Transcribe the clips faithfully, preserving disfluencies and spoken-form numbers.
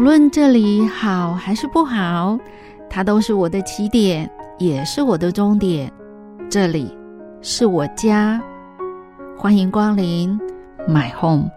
论这里好还是不好，它都是我的起点，也是我的终点。这里是我家，欢迎光临 My Home。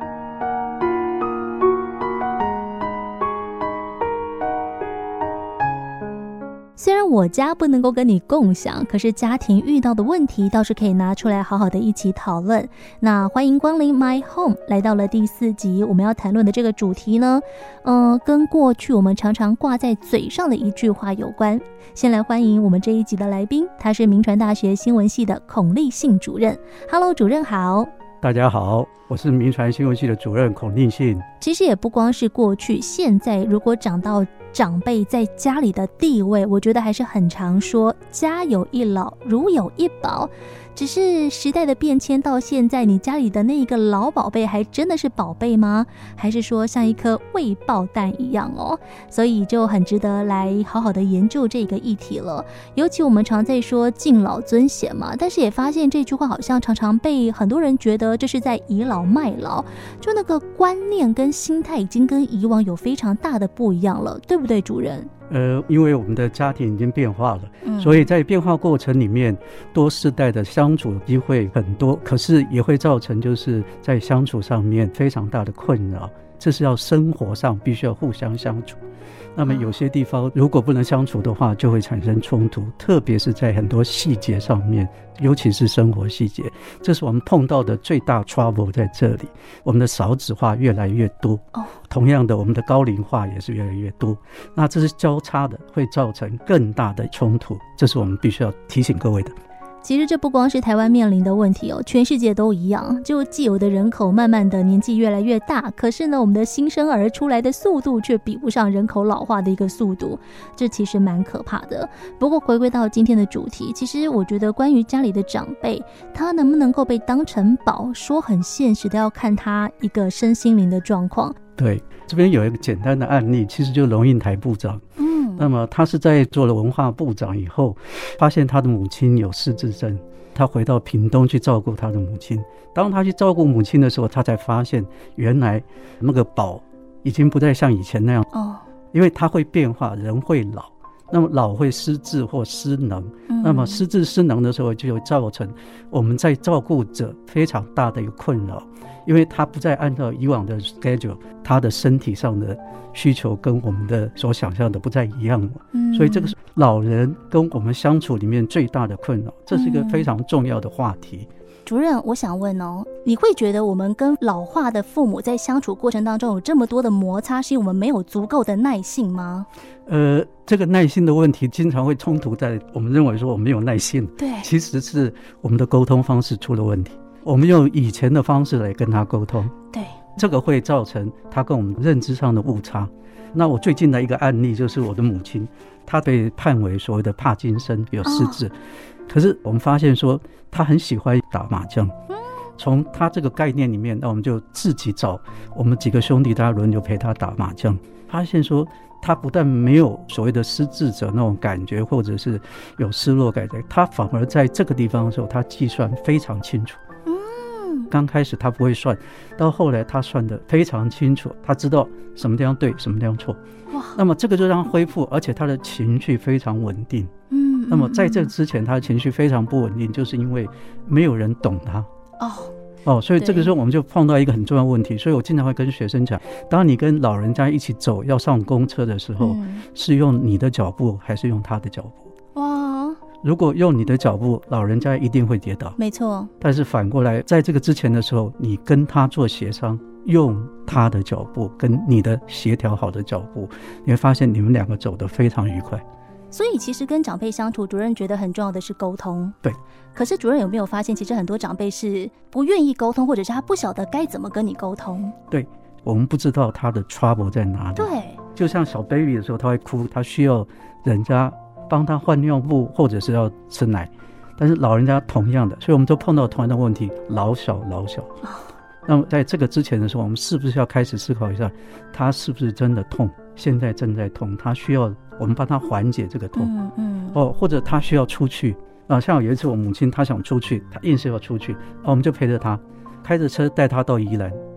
虽然我家不能够跟你共享，可是家庭遇到的问题倒是可以拿出来好好的一起讨论。那欢迎光临 My Home， 来到了第四集，我们要谈论的这个主题呢，呃，跟过去我们常常挂在嘴上的一句话有关。先来欢迎我们这一集的来宾，他是铭传大学新闻系的孔立信主任。Hello， 主任好。 大家好，我是铭传新闻系的主任孔立信。 其实也不光是过去，现在如果讲到长辈在家里的地位，我觉得还是很常说家有一老如有一宝，只是时代的变迁到现在，你家里的那一个老宝贝还真的是宝贝吗？还是说像一颗未爆弹一样哦？所以就很值得来好好的研究这个议题了。尤其我们常在说敬老尊贤嘛，但是也发现这句话好像常常被很多人觉得这是在倚老卖老，就那个观念跟心态已经跟以往有非常大的不一样了，对不对，主任？ 呃，因为我们的家庭已经变化了、嗯、所以在变化过程里面，多世代的相处机会很多，可是也会造成就是在相处上面非常大的困扰，这是要生活上必须要互相相处。那么有些地方如果不能相处的话，就会产生冲突，特别是在很多细节上面，尤其是生活细节，这是我们碰到的最大 trouble 在这里。我们的少子化越来越多、哦、同样的我们的高龄化也是越来越多，那这是交叉的，会造成更大的冲突，这是我们必须要提醒各位的。 其实这不光是台湾面临的问题哦，全世界都一样。就既有的人口慢慢的年纪越来越大，可是呢，我们的新生儿出来的速度却比不上人口老化的一个速度，这其实蛮可怕的。不过回归到今天的主题，其实我觉得关于家里的长辈，他能不能够被当成宝，说很现实的要看他一个身心灵的状况。 对，这边有一个简单的案例，其实就是龙应台部长。嗯，那么他是在做了文化部长以后，发现他的母亲有失智症，他回到屏东去照顾他的母亲。当他去照顾母亲的时候，他才发现原来那个宝已经不再像以前那样。哦，因为他会变化，人会老，那么老会失智或失能、嗯、那么失智失能的时候，就会造成我们在照顾者非常大的一个困扰，因为他不再按照以往的 schedule， 他的身体上的需求跟我们的所想象的不再一样了、嗯、所以这个是老人跟我们相处里面最大的困扰，这是一个非常重要的话题、嗯。 主任，我想问哦，你会觉得我们跟老化的父母在相处过程当中有这么多的摩擦，是因为我们没有足够的耐性吗？ 呃，这个耐性的问题经常会冲突在我们认为说我们没有耐性， 对， 其实是我们的沟通方式出了问题。我们用以前的方式来跟他沟通， 对，这个会造成他跟我们认知上的误差。那我最近的一个案例就是我的母亲，她被判为所谓的帕金森，有失智、哦、可是我们发现说她很喜欢打麻将，从她这个概念里面，那我们就自己找我们几个兄弟大家轮流陪她打麻将，发现说他不但没有所谓的失智者那种感觉，或者是有失落感觉，他反而在这个地方的时候他计算非常清楚。刚开始他不会算，到后来他算得非常清楚，他知道什么地方对什么地方错。那么这个就让他恢复，而且他的情绪非常稳定。嗯，那么在这之前他的情绪非常不稳定，就是因为没有人懂他。哦哦，所以这个时候我们就碰到一个很重要的问题。所以我经常会跟学生讲，当你跟老人家一起走要上公车的时候、嗯、是用你的脚步还是用他的脚步？哇，如果用你的脚步，老人家一定会跌倒， 没错。 但是反过来，在这个之前的时候，你跟他做协商，用他的脚步跟你的协调好的脚步，你会发现你们两个走得非常愉快。 所以其实跟长辈相处，主任觉得很重要的是沟通。 对。 可是主任有没有发现，其实很多长辈是不愿意沟通，或者是他不晓得该怎么跟你沟通？ 对，我们不知道他的 trouble 在哪里。 对， 就像小 baby 的时候他会哭，他需要人家帮他换尿布或者是要吃奶，但是老人家同样的，所以我们都碰到同样的问题，老小老小、哦、那么在这个之前的时候，我们是不是要开始思考一下，他是不是真的痛，现在正在痛，他需要我们帮他缓解这个痛。嗯嗯，哦，或者他需要出去啊，像有一次我母亲她想出去，她硬是要出去、啊、我们就陪着她，开着车带她到宜兰，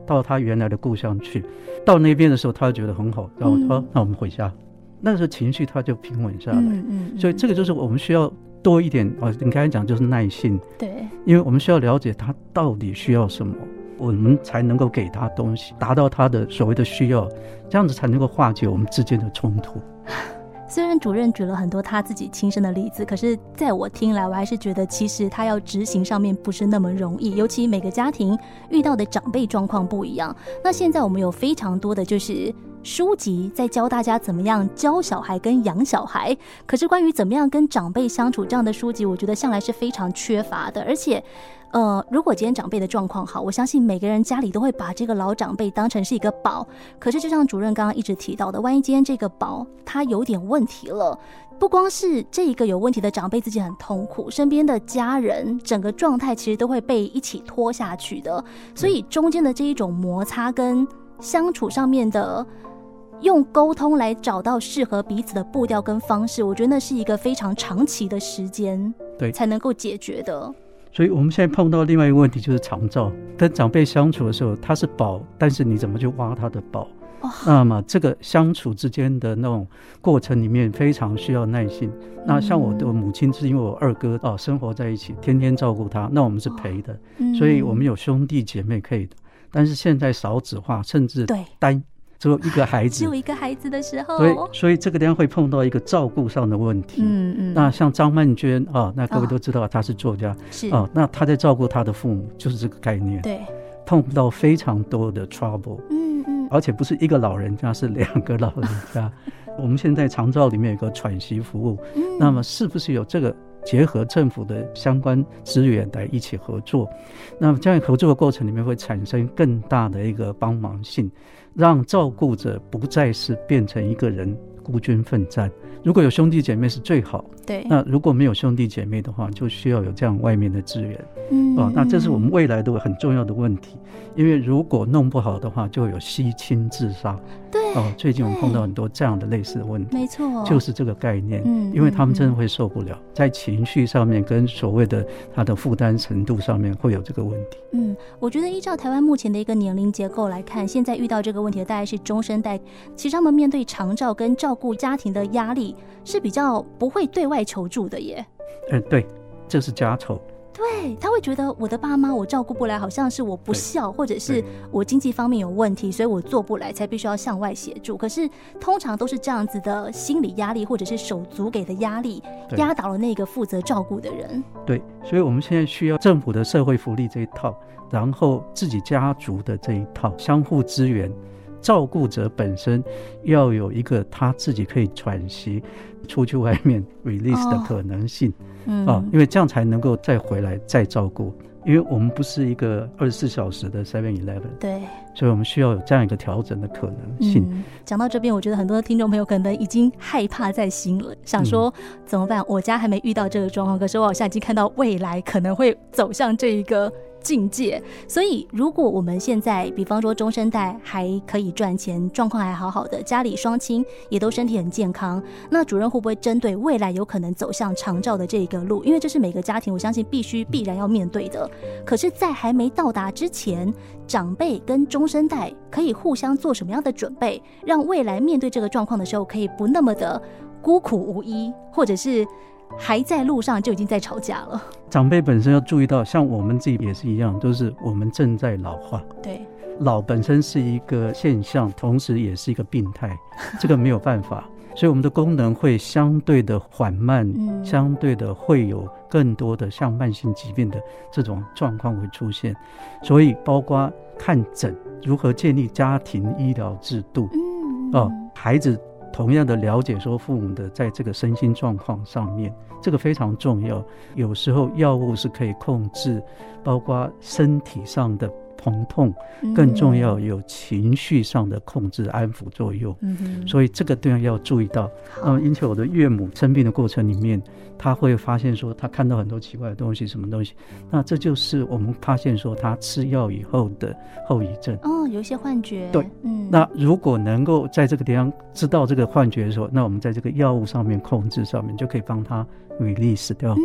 到他原来的故乡去。到那边的时候，他就觉得很好，然后说、嗯、那我们回家。那时候情绪他就平稳下来。嗯嗯嗯、所以这个就是我们需要多一点哦，你刚才讲就是耐心。 对， 因为我们需要了解他到底需要什么，我们才能够给他东西，达到他的所谓的需要，这样子才能够化解我们之间的冲突。 虽然主任举了很多他自己亲身的例子，可是在我听来，我还是觉得其实他要执行上面不是那么容易，尤其每个家庭遇到的长辈状况不一样。那现在我们有非常多的就是书籍在教大家怎么样教小孩跟养小孩，可是关于怎么样跟长辈相处这样的书籍，我觉得向来是非常缺乏的。而且呃，如果今天长辈的状况好，我相信每个人家里都会把这个老长辈当成是一个宝。可是就像主任刚刚一直提到的，万一今天这个宝他有点问题了，不光是这一个有问题的长辈自己很痛苦，身边的家人整个状态其实都会被一起拖下去的。所以中间的这一种摩擦跟相处上面的用沟通来找到适合彼此的步调跟方式，我觉得那是一个非常长期的时间对才能够解决的。 所以我们现在碰到另外一个问题，就是长照。跟长辈相处的时候，他是宝，但是你怎么去挖他的宝、哦、那么这个相处之间的那种过程里面非常需要耐心、嗯、那像我的母亲是因为我二哥、哦、生活在一起，天天照顾他，那我们是陪的、哦嗯、所以我们有兄弟姐妹可以的。但是现在少子化，甚至单只有一个孩子， 只有一个孩子的时候， 所以所以这个地方会碰到一个照顾上的问题。嗯嗯。那像张曼娟啊，那各位都知道她是作家，是啊，那她在照顾她的父母，就是这个概念。对，碰到非常多的 trouble。嗯嗯。而且不是一个老人家，是两个老人家。我们现在长照里面有个喘息服务，嗯、那么是不是有这个？结合政府的相关资源来一起合作，那么这样合作的过程里面会产生更大的一个帮忙性，让照顾者不再是变成一个人孤军奋战。如果有兄弟姐妹是最好，对，那如果没有兄弟姐妹的话，就需要有这样外面的资源。嗯、哦，那这是我们未来的很重要的问题，因为如果弄不好的话，就有惜亲自杀。对，哦，最近我们碰到很多这样的类似的问题，没错，就是这个概念。嗯，因为他们真的会受不了，嗯、在情绪上面跟所谓的他的负担程度上面会有这个问题。 嗯，我觉得依照台湾目前的一个年龄结构来看，现在遇到这个问题的大概是中生代，其实他们面对长照跟照顾家庭的压力是比较不会对外求助的耶。 嗯，对，这是家丑。 对，他会觉得我的爸妈我照顾不来，好像是我不孝，或者是我经济方面有问题，所以我做不来才必须要向外协助。可是通常都是这样子的心理压力或者是手足给的压力压倒了那个负责照顾的人。对， 所以我们现在需要政府的社会福利这一套，然后自己家族的这一套相互支援，照顾者本身要有一个他自己可以喘息出去外面 release 的可能性、哦嗯啊、因为这样才能够再回来再照顾，因为我们不是一个二十四小时的 seven eleven， 对，所以我们需要有这样一个调整的可能性。 讲、嗯、到这边，我觉得很多听众朋友可能已经害怕在心了，想说、嗯、怎么办，我家还没遇到这个状况，可是我好像已经看到未来可能会走向这一个境界。所以如果我们现在比方说中生代还可以赚钱，状况还好好的，家里双亲也都身体很健康，那主任会不会针对未来有可能走向长照的这个路，因为这是每个家庭我相信必须必然要面对的，可是在还没到达之前，长辈跟中生代可以互相做什么样的准备，让未来面对这个状况的时候可以不那么的孤苦无依，或者是还在路上就已经在吵架了。 长辈本身要注意到，像我们自己也是一样，就是我们正在老化。对，老本身是一个现象，同时也是一个病态，这个没有办法。所以我们的功能会相对的缓慢、嗯、相对的会有更多的像慢性疾病的这种状况会出现。所以包括看诊，如何建立家庭医疗制度、嗯哦、孩子同样的了解说父母的在这个身心状况上面，这个非常重要。有时候药物是可以控制，包括身体上的疼痛，更重要有情绪上的控制安抚作用、嗯、所以这个对要注意到。那么因此我的岳母生病的过程里面，他会发现说他看到很多奇怪的东西，什么东西，那这就是我们发现说他吃药以后的后遗症。 哦，有一些幻觉。 对、嗯、那如果能够在这个地方知道这个幻觉的时候，那我们在这个药物上面控制上面就可以帮他 release 掉、嗯、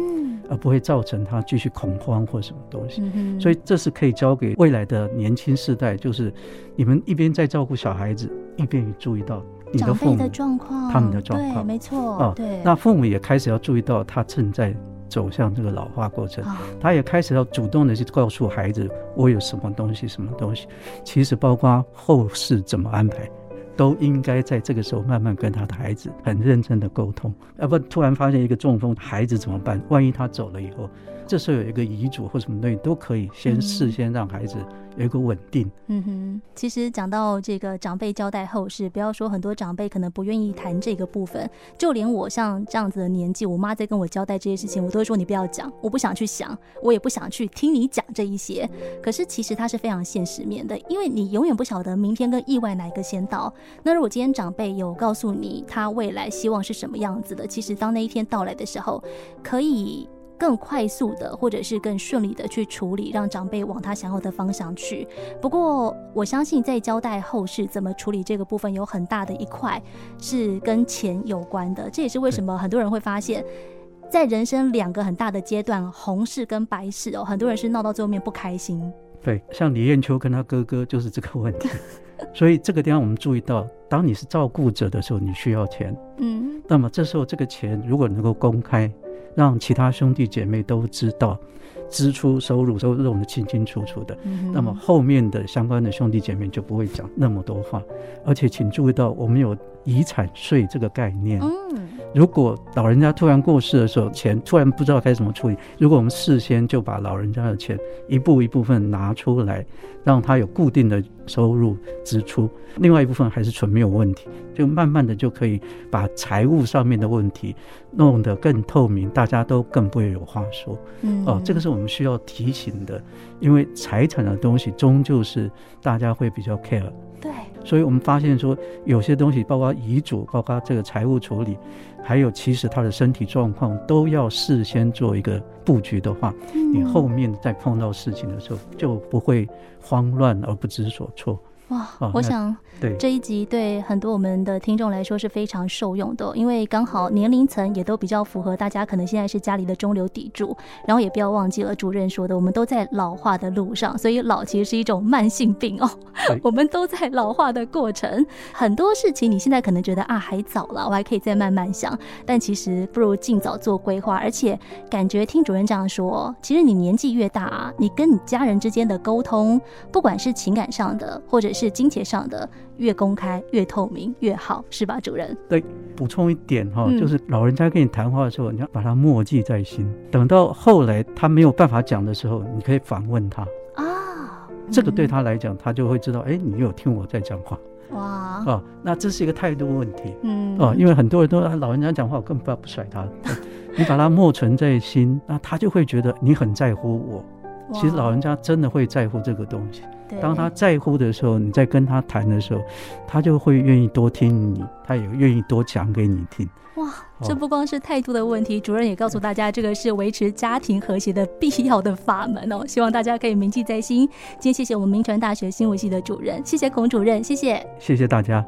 而不会造成他继续恐慌或什么东西、 嗯、 所以这是可以交给未来的年轻世代，就是你们一边在照顾小孩子，一边也注意到你的父母长辈的状况， 他们的状况， 对，没错、 哦、 对， 那父母也开始要注意到他正在走向这个老化过程、哦、他也开始要主动的去告诉孩子我有什么东西什么东西，其实包括后事怎么安排都应该在这个时候慢慢跟他的孩子很认真的沟通，要不然突然发现一个中风，孩子怎么办？万一他走了以后，这时候有一个遗嘱或什么东西都可以先事先让孩子有一个稳定。 嗯哼，其实讲到这个长辈交代后事，不要说很多长辈可能不愿意谈这个部分，就连我像这样子的年纪，我妈在跟我交代这些事情，我都会说你不要讲，我不想去想，我也不想去听你讲这一些。可是其实它是非常现实面的，因为你永远不晓得明天跟意外哪一个先到。那如果今天长辈有告诉你他未来希望是什么样子的，其实当那一天到来的时候，可以更快速的或者是更顺利的去处理，让长辈往他想要的方向去。不过我相信在交代后事怎么处理这个部分，有很大的一块是跟钱有关的。这也是为什么很多人会发现在人生两个很大的阶段，红事跟白事、哦、很多人是闹到最后面不开心。 对，像李艳秋跟他哥哥就是这个问题所以这个地方我们注意到，当你是照顾者的时候你需要钱，嗯，那么这时候这个钱如果能够公开，让其他兄弟姐妹都知道支出收入都弄得清清楚楚的、嗯、那么后面的相关的兄弟姐妹就不会讲那么多话。而且请注意到我们有遗产税这个概念、嗯、如果老人家突然过世的时候，钱突然不知道该怎么处理，如果我们事先就把老人家的钱一步一部分拿出来，让他有固定的收入支出，另外一部分还是存没有问题，就慢慢的就可以把财务上面的问题弄得更透明，大家都更不会有话说、嗯哦、这个是我们需要提醒的，因为财产的东西终究是大家会比较 care。 对， 所以我们发现说有些东西包括遗嘱，包括这个财务处理，还有其实他的身体状况都要事先做一个布局的话、嗯、你后面再碰到事情的时候就不会慌乱而不知所措。 哇、哦，我想这一集对很多我们的听众来说是非常受用的，因为刚好年龄层也都比较符合大家可能现在是家里的中流砥柱，然后也不要忘记了主任说的，我们都在老化的路上，所以老其实是一种慢性病哦，我们都在老化的过程，很多事情你现在可能觉得啊还早了，我还可以再慢慢想，但其实不如尽早做规划。而且感觉听主任这样说，其实你年纪越大、啊、你跟你家人之间的沟通，不管是情感上的或者是金钱上的，越公开越透明越好，是吧主任？对， 补充一点、哦嗯、就是老人家跟你谈话的时候你要把它默记在心，等到后来他没有办法讲的时候你可以反问他啊，这个对他来讲他就会知道哎，你有听我在讲话。哇、哦、那这是一个态度问题。嗯、哦、因为很多人都老人家讲话我根本不甩他你把它默存在心，那他就会觉得你很在乎我。其实老人家真的会在乎这个东西，当他在乎的时候你在跟他谈的时候他就会愿意多听你，他也愿意多讲给你听。 哇，这不光是态度的问题，主任也告诉大家这个是维持家庭和谐的必要的法门哦，希望大家可以铭记在心。今天谢谢我们铭传大学新闻系的主任，谢谢孔主任，谢谢， 谢谢大家。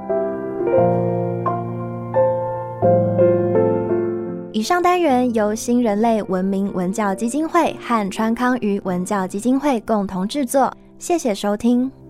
以上单元由新人类文明文教基金会和川康瑜文教基金会共同制作，谢谢收听。